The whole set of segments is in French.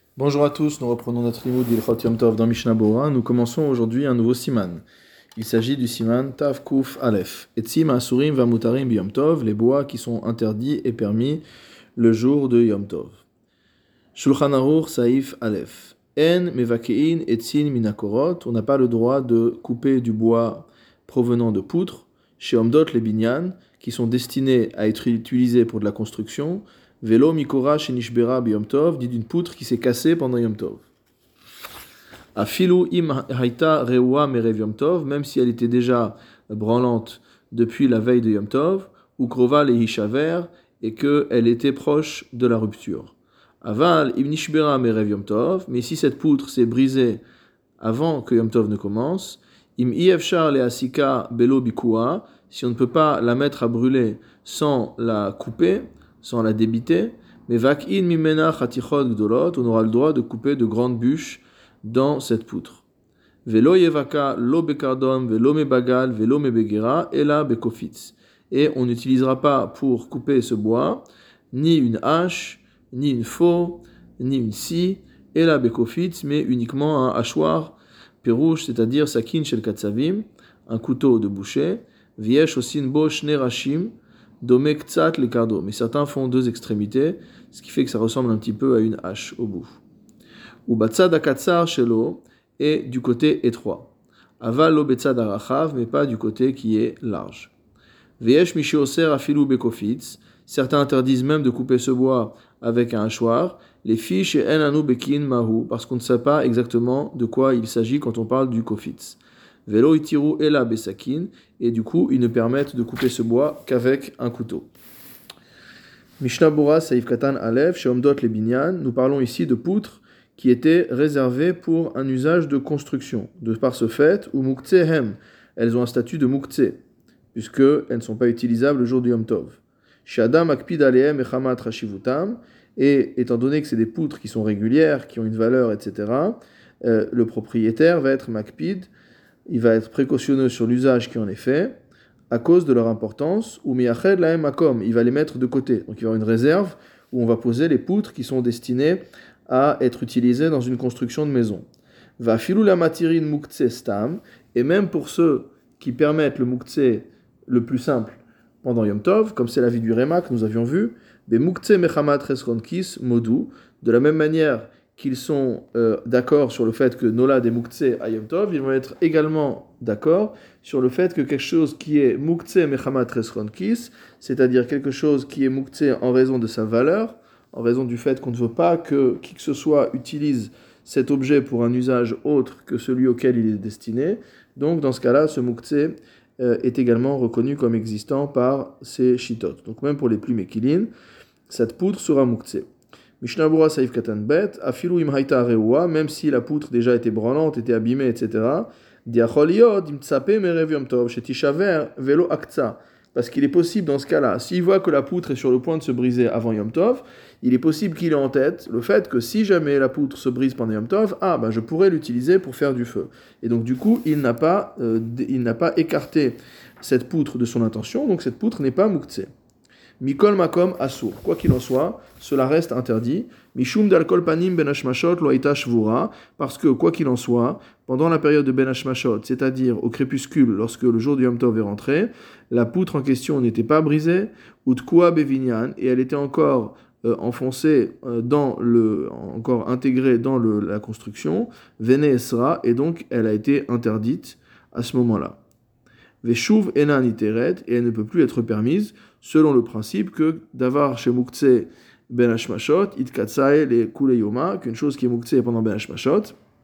Bonjour à tous, nous reprenons notre limoud d'Ilchot Yom Tov dans Mishnah Bora. Nous commençons aujourd'hui un nouveau siman. Il s'agit du siman Tav Kuf Aleph. Etzim Asurim Vamutarim B'Yom Tov, les bois qui sont interdits et permis le jour de Yom Tov. Shulchan Aruch Saif Aleph. En Mevakein Etzin Minakorot, on n'a pas le droit de couper du bois provenant de poutres, chez Omdot les Binyan, qui sont destinés à être utilisés pour de la construction. Velo mikora shenishbera b'yom tov, dit d'une poutre qui s'est cassée pendant Yom Tov. Afilu im haïta rewa merev Yom Tov, même si elle était déjà branlante depuis la veille de Yom Tov, ou krova lehishaver, et qu'elle était proche de la rupture. Aval im nishbera merev Yom Tov, mais si cette poutre s'est brisée avant que Yom Tov ne commence, im iefshar leasika belo bikua, si on ne peut pas la mettre à brûler sans la couper, sans la débiter, mais vak'in mimena chatichot gdolot, on aura le droit de couper de grandes bûches dans cette poutre. Velo yevaka lo bekardom velo mebagal velo mebegera ela bekofitz. Et on n'utilisera pas pour couper ce bois ni une hache, ni une faux, ni une scie, ela bekofitz, mais uniquement un hachoir, perouche, c'est-à-dire sakin shel katsavim, un couteau de boucher, viesh osin bo shne rashim, Domek tzat le cardo, mais certains font deux extrémités, ce qui fait que ça ressemble un petit peu à une hache au bout. Ou batzad akatsar shelo, et du côté étroit. Aval lo betzad arachav, mais pas du côté qui est large. Veyesh mishioser afilu bekofitz, certains interdisent même de couper ce bois avec un hachoir. Les fiches et en anu bekin mahu, parce qu'on ne sait pas exactement de quoi il s'agit quand on parle du kofitz. Velo itiru ela besakin, et du coup, ils ne permettent de couper ce bois qu'avec un couteau. Mishnah Bora Saif Katan Aleph, chez Omdot les Binyan, nous parlons ici de poutres qui étaient réservées pour un usage de construction. De par ce fait, ou muktsehem, elles ont un statut de muktse, puisqu'elles ne sont pas utilisables le jour du Yom Tov. Shadam akpid alehem echamat rashivutam, et étant donné que c'est des poutres qui sont régulières, qui ont une valeur, etc., le propriétaire va être makpid, il va être précautionneux sur l'usage qui en est fait, à cause de leur importance, ou miyached lahem makom, il va les mettre de côté. Donc il va y avoir une réserve où on va poser les poutres qui sont destinées à être utilisées dans une construction de maison. Va filou la matirin muktse stam, et même pour ceux qui permettent le muktse le plus simple pendant Yom Tov, comme c'est l'avis du Réma que nous avions vu, be muktse mechamat reskonkis modu, de la même manière qu'ils sont d'accord sur le fait que Nolad est Moukhtse à Yom Tov, ils vont être également d'accord sur le fait que quelque chose qui est Moukhtse Mechamat Resronkis, c'est-à-dire quelque chose qui est Moukhtse en raison de sa valeur, en raison du fait qu'on ne veut pas que qui que ce soit utilise cet objet pour un usage autre que celui auquel il est destiné, donc dans ce cas-là, ce Moukhtse est également reconnu comme existant par ces Shitot. Donc même pour les plumes équilines, cette poutre sera Moukhtse. Mishnah Bora Saif Katan Bet, Afilu im haïta rewa, même si la poutre déjà était branlante, était abîmée, etc. Diacholiot im tsape merev Yom Tov, shetishaver velo aktsa. Parce qu'il est possible dans ce cas-là, s'il voit que la poutre est sur le point de se briser avant Yom Tov, il est possible qu'il ait en tête le fait que si jamais la poutre se brise pendant Yom Tov, je pourrais l'utiliser pour faire du feu. Et donc du coup, il n'a pas écarté cette poutre de son intention, donc cette poutre n'est pas mouktsé. Mikol makom asur. Quoi qu'il en soit, cela reste interdit. Mishum d'alkol panim ben hashmashot lo haïta shvura. Parce que, quoi qu'il en soit, pendant la période de ben hashmashot, c'est-à-dire au crépuscule, lorsque le jour du Yom Tov est rentré, la poutre en question n'était pas brisée, ou tkua bevinyan, et elle était encore enfoncée encore intégrée dans la construction, vene esra, et donc elle a été interdite à ce moment-là. Veshuv ena niteret, et elle ne peut plus être permise, selon le principe que d'avoir chez Moukhtse ben hashmashot, itkatsae le kuleyoma, qu'une chose qui est Moukhtse pendant ben hashmashot,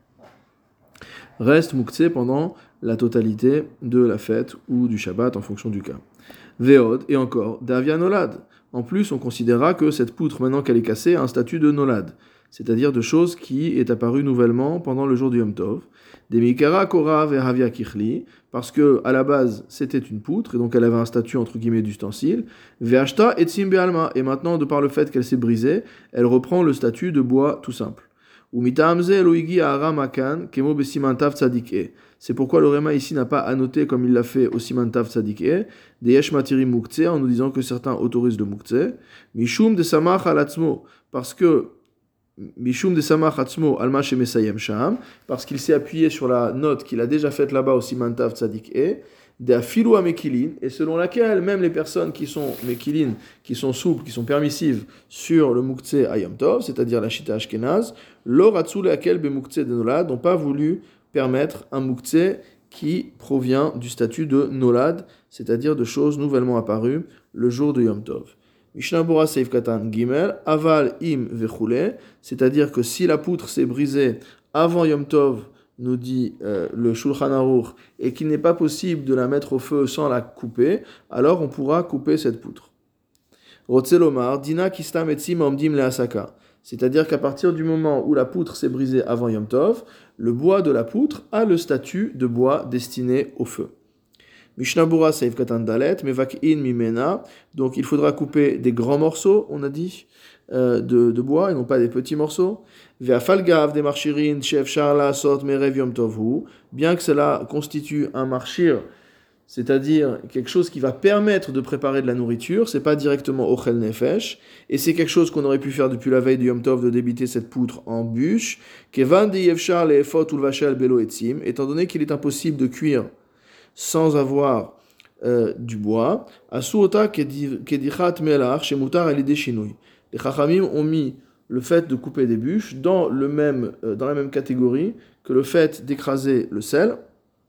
reste Moukhtse pendant la totalité de la fête ou du Shabbat en fonction du cas. Veod, et encore, davia nolad. En plus, on considérera que cette poutre, maintenant qu'elle est cassée, a un statut de nolad, c'est-à-dire de chose qui est apparue nouvellement pendant le jour du Yom Tov. Des mikara kora vehavia kichli, parce que à la base c'était une poutre et donc elle avait un statut entre guillemets d'ustensile. Ve'ashta etzim be'alma, et maintenant de par le fait qu'elle s'est brisée, elle reprend le statut de bois tout simple. Ou mitaamze eloigi ahara makan kemo besimantav tzadike. C'est pourquoi le Réma ici n'a pas annoté comme il l'a fait au simantav tzadike des yesh matirim muktse, en nous disant que certains autorisent le muktse. Mishum de samach alatzmo, parce que Mishum de Samach Atzmo Alma Shemesayem Sham, parce qu'il s'est appuyé sur la note qu'il a déjà faite là-bas au Simantav Tzadik de Afilu Mekilin, et selon laquelle même les personnes qui sont Mekilin, qui sont souples, qui sont permissives sur le Muktzeh Ayom Tov, c'est-à-dire la Shita Ashkenaz, l'Oratzu Leakel Be Muktzeh de Nolad, n'ont pas voulu permettre un Muktzeh qui provient du statut de Nolad, c'est-à-dire de choses nouvellement apparues le jour de Yom Tov. Mishnah Bora Seif Katan Gimel, Aval Im Vechule, c'est-à-dire que si la poutre s'est brisée avant Yom Tov, nous dit le Shulchan Aruch, et qu'il n'est pas possible de la mettre au feu sans la couper, alors on pourra couper cette poutre. Rotzelomar, Dina Kistam Etzim Omdim Leasaka, c'est-à-dire qu'à partir du moment où la poutre s'est brisée avant Yom Tov, le bois de la poutre a le statut de bois destiné au feu. Mishnah Bura Seif Katan Dalet, Mevak'in Mimena, donc il faudra couper des grands morceaux, on a dit, de bois, et non pas des petits morceaux. Ve'afalgav des marchirin, chef charla sort merev yom tovhu, bien que cela constitue un marchir, c'est-à-dire quelque chose qui va permettre de préparer de la nourriture, c'est pas directement ochel nefesh, et c'est quelque chose qu'on aurait pu faire depuis la veille de Yom Tov, de débiter cette poutre en bûche, kevan de yevchar le'efot ulvashel belo etzim, étant donné qu'il est impossible de cuire sans avoir du bois, asuota kedichat melach shemutar alide shinui. Les chachamim ont mis le fait de couper des bûches dans la même catégorie que le fait d'écraser le sel,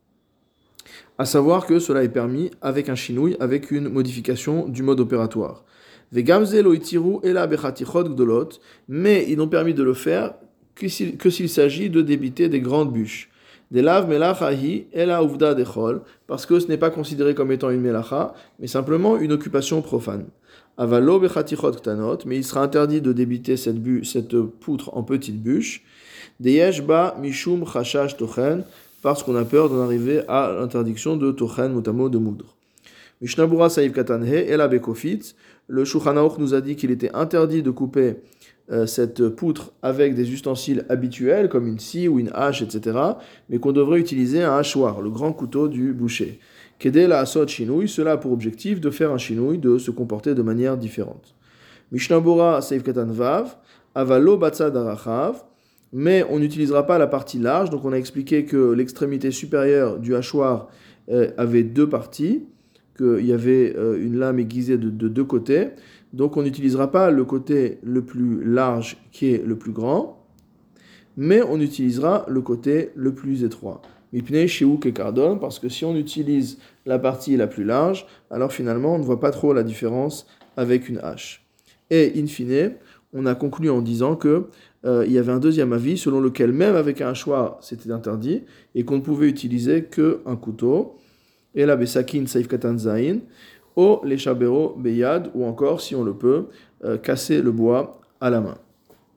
à savoir que cela est permis avec un chinouille, avec une modification du mode opératoire. Vegamze lo itiru ela bechatichot gdolot, mais ils n'ont permis de le faire que s'il s'agit de débiter des grandes bûches. Des laves melachahi ela uvda dechol, parce que ce n'est pas considéré comme étant une melacha, mais simplement une occupation profane. Avalo bechatichot ktanot, mais il sera interdit de débiter cette poutre en petites bûches. Deyesh ba mishum chashash tochen, parce qu'on a peur d'en arriver à l'interdiction de tochen, notamment de moudre. Mishnah Bura Saïv Katanhe, Ela Bekofit, le Shulchan Aruch nous a dit qu'il était interdit de couper cette poutre avec des ustensiles habituels, comme une scie ou une hache, etc., mais qu'on devrait utiliser un hachoir, le grand couteau du boucher. Kedel asot shinouï, cela a pour objectif de faire un shinouï, de se comporter de manière différente. Mishnah Bura Saïv Katan Vav, Avalo Batzad Arachav, mais on n'utilisera pas la partie large, donc on a expliqué que l'extrémité supérieure du hachoir avait deux parties, qu'il y avait une lame aiguisée de deux côtés, donc on n'utilisera pas le côté le plus large qui est le plus grand, mais on utilisera le côté le plus étroit. Mipnei Shehu Kekardon, parce que si on utilise la partie la plus large, alors finalement on ne voit pas trop la différence avec une hache. Et in fine, on a conclu en disant que il y avait un deuxième avis selon lequel même avec un hachoir c'était interdit et qu'on ne pouvait utiliser qu'un couteau. Et la besakin saif katan zain, ou les chabero beyad, ou encore, si on le peut, casser le bois à la main.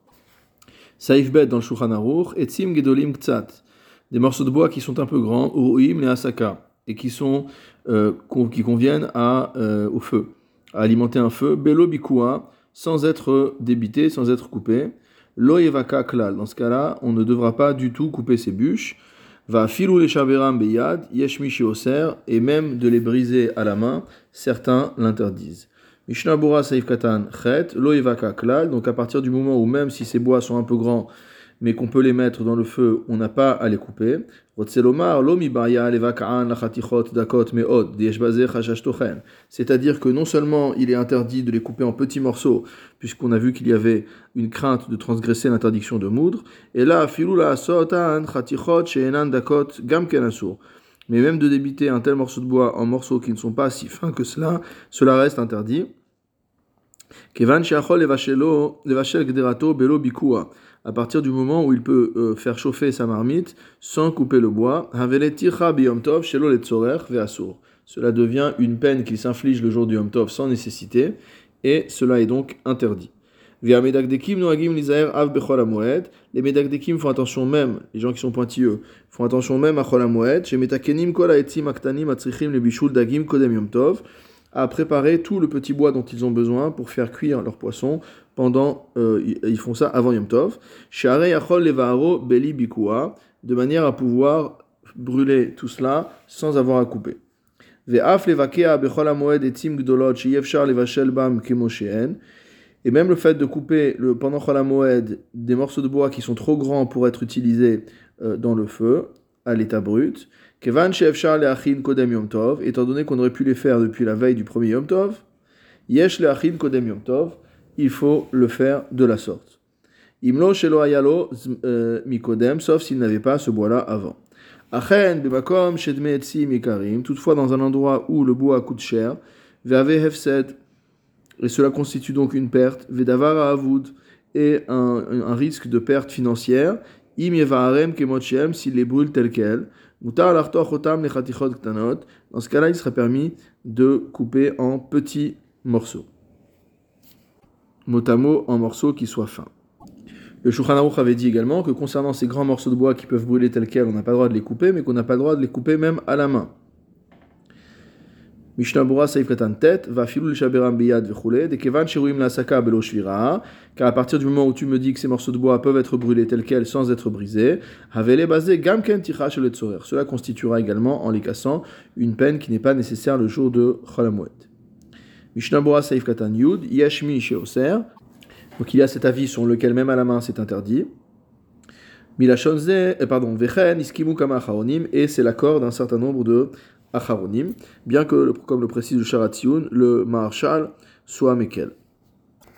Saif bet dans le Shulchan Aruch, etzim gedolim ktsat, des morceaux de bois qui sont un peu grands, uruim les asaka, et qui conviennent au feu, à alimenter un feu, belo bikua, sans être débité, sans être coupé. Lo evaka klal, dans ce cas-là, on ne devra pas du tout couper ces bûches. Va filou les chaveram beyad, yeshmishi oser, et même de les briser à la main, certains l'interdisent. Mishnah Bura Saif Katan Chet, Lo evaka klal, donc à partir du moment où même si ces bois sont un peu grands, mais qu'on peut les mettre dans le feu, on n'a pas à les couper. Rotzelomar, Lo mibaya levaka'an lachatichot dakot meod, dieshbaze chashash tochen. C'est-à-dire que non seulement il est interdit de les couper en petits morceaux, puisqu'on a vu qu'il y avait une crainte de transgresser l'interdiction de moudre, et là, filula sotan chatichot she'enan dakot gam kenasur. Mais même de débiter un tel morceau de bois en morceaux qui ne sont pas si fins que cela reste interdit. Kevan she'achol levashel gderato belo bikua. À partir du moment où il peut faire chauffer sa marmite sans couper le bois, cela devient une peine qu'il s'inflige le jour du Yom Tov sans nécessité, et cela est donc interdit. Les Medagdekim font attention même, les gens qui sont pointilleux, font attention même à Chol HaMoed, à préparer tout le petit bois dont ils ont besoin pour faire cuire leur poisson ils font ça avant Yom Tov. De manière à pouvoir brûler tout cela sans avoir à couper. Et même le fait de couper pendant Chol HaMoed des morceaux de bois qui sont trop grands pour être utilisés dans le feu, à l'état brut, Kevan she'efshar le'achin kodem Yom Tov, étant donné qu'on aurait pu les faire depuis la veille du premier Yom Tov, yesh le'achin kodem Yom Tov, il faut le faire de la sorte. Imlo shelo hayalo mikodem, sauf s'il n'avait pas ce bois-là avant. Achen b'makom shedme etzim ikarim, toutefois dans un endroit où le bois coûte cher, ve'ave hefsed, et cela constitue donc une perte, vedavar ha'avoud, et un risque de perte financière, im yevaharem kemotchem, s'il les brûle tels quels, mutar lartoch otam lechatichot ktanot, dans ce cas-là, il serait permis de couper en petits morceaux. Mot à mot, en morceaux qui soient fins. Le Shulchan Aruch avait dit également que concernant ces grands morceaux de bois qui peuvent brûler tels quels, on n'a pas le droit de les couper, mais qu'on n'a pas le droit de les couper même à la main. Mishnah Bura Saif Katan Tet, va filou le shaberam biyad vechule, de kevan shiruim la saka belo shvira, car à partir du moment où tu me dis que ces morceaux de bois peuvent être brûlés tels quels sans être brisés, havele basé gamken ticha shel tzorer. Cela constituera également, en les cassant, une peine qui n'est pas nécessaire le jour de Chol HaMoed. Mishnah Bura Saif Katan Yud, yashmi sheoser. Donc il y a cet avis sur lequel même à la main c'est interdit. Vechen iskimu kama acharonim, et c'est l'accord d'un certain nombre de acharonim, bien que, comme le précise le Sharat Tziyun, le Maharshal soit Mekel.